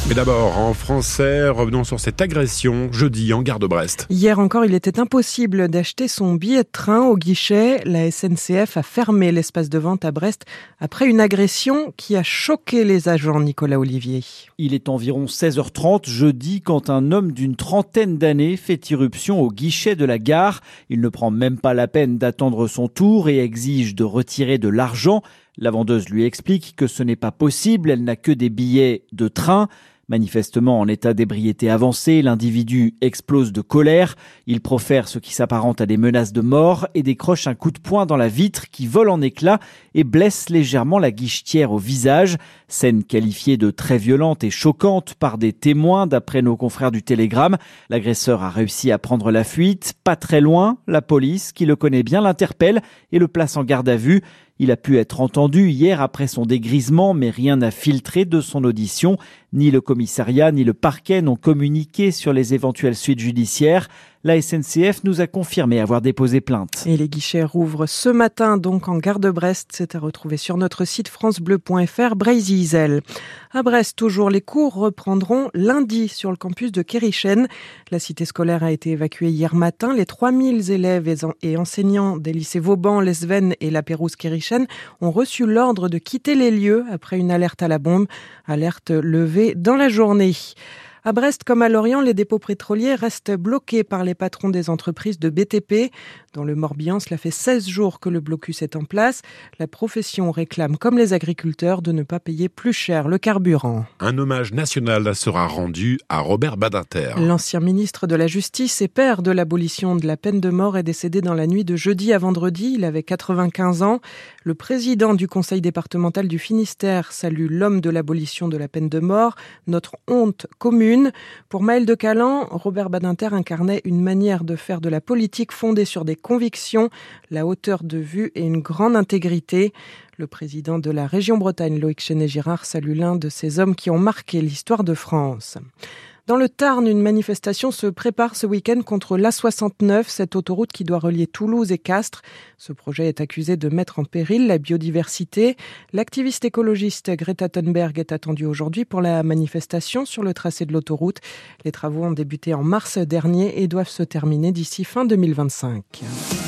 Mais d'abord, en français, revenons sur cette agression jeudi en gare de Brest. Hier encore, il était impossible d'acheter son billet de train au guichet. La SNCF a fermé l'espace de vente à Brest après une agression qui a choqué les agents, Nicolas Olivier. Il est environ 16h30 jeudi quand un homme d'une trentaine d'années fait irruption au guichet de la gare. Il ne prend même pas la peine d'attendre son tour et exige de retirer de l'argent. La vendeuse lui explique que ce n'est pas possible, elle n'a que des billets de train. Manifestement en état d'ébriété avancée, l'individu explose de colère. Il profère ce qui s'apparente à des menaces de mort et décroche un coup de poing dans la vitre qui vole en éclats et blesse légèrement la guichetière au visage. Scène qualifiée de très violente et choquante par des témoins d'après nos confrères du Télégramme. L'agresseur a réussi à prendre la fuite. Pas très loin, la police, qui le connaît bien, l'interpelle et le place en garde à vue. Il a pu être entendu hier après son dégrisement, mais rien n'a filtré de son audition. Ni le commissariat ni le parquet n'ont communiqué sur les éventuelles suites judiciaires. La SNCF nous a confirmé avoir déposé plainte. Et les guichets rouvrent ce matin donc en gare de Brest. C'est à retrouver sur notre site francebleu.fr. Brésil. À Brest, toujours, les cours reprendront lundi sur le campus de Kérichen. La cité scolaire a été évacuée hier matin. Les 3000 élèves et enseignants des lycées Vauban, Lesven et La Pérouse-Kérichen ont reçu l'ordre de quitter les lieux après une alerte à la bombe. Alerte levée dans la journée. À Brest comme à Lorient, les dépôts pétroliers restent bloqués par les patrons des entreprises de BTP. Dans le Morbihan, cela fait 16 jours que le blocus est en place. La profession réclame, comme les agriculteurs, de ne pas payer plus cher le carburant. Un hommage national sera rendu à Robert Badinter. L'ancien ministre de la Justice et père de l'abolition de la peine de mort est décédé dans la nuit de jeudi à vendredi. Il avait 95 ans. Le président du conseil départemental du Finistère salue l'homme de l'abolition de la peine de mort, notre honte commune. Pour Maël de Calan, Robert Badinter incarnait une manière de faire de la politique fondée sur des convictions, la hauteur de vue et une grande intégrité. Le président de la région Bretagne, Loïc Chenet-Girard, salue l'un de ces hommes qui ont marqué l'histoire de France. Dans le Tarn, une manifestation se prépare ce week-end contre l'A69, cette autoroute qui doit relier Toulouse et Castres. Ce projet est accusé de mettre en péril la biodiversité. L'activiste écologiste Greta Thunberg est attendue aujourd'hui pour la manifestation sur le tracé de l'autoroute. Les travaux ont débuté en mars dernier et doivent se terminer d'ici fin 2025.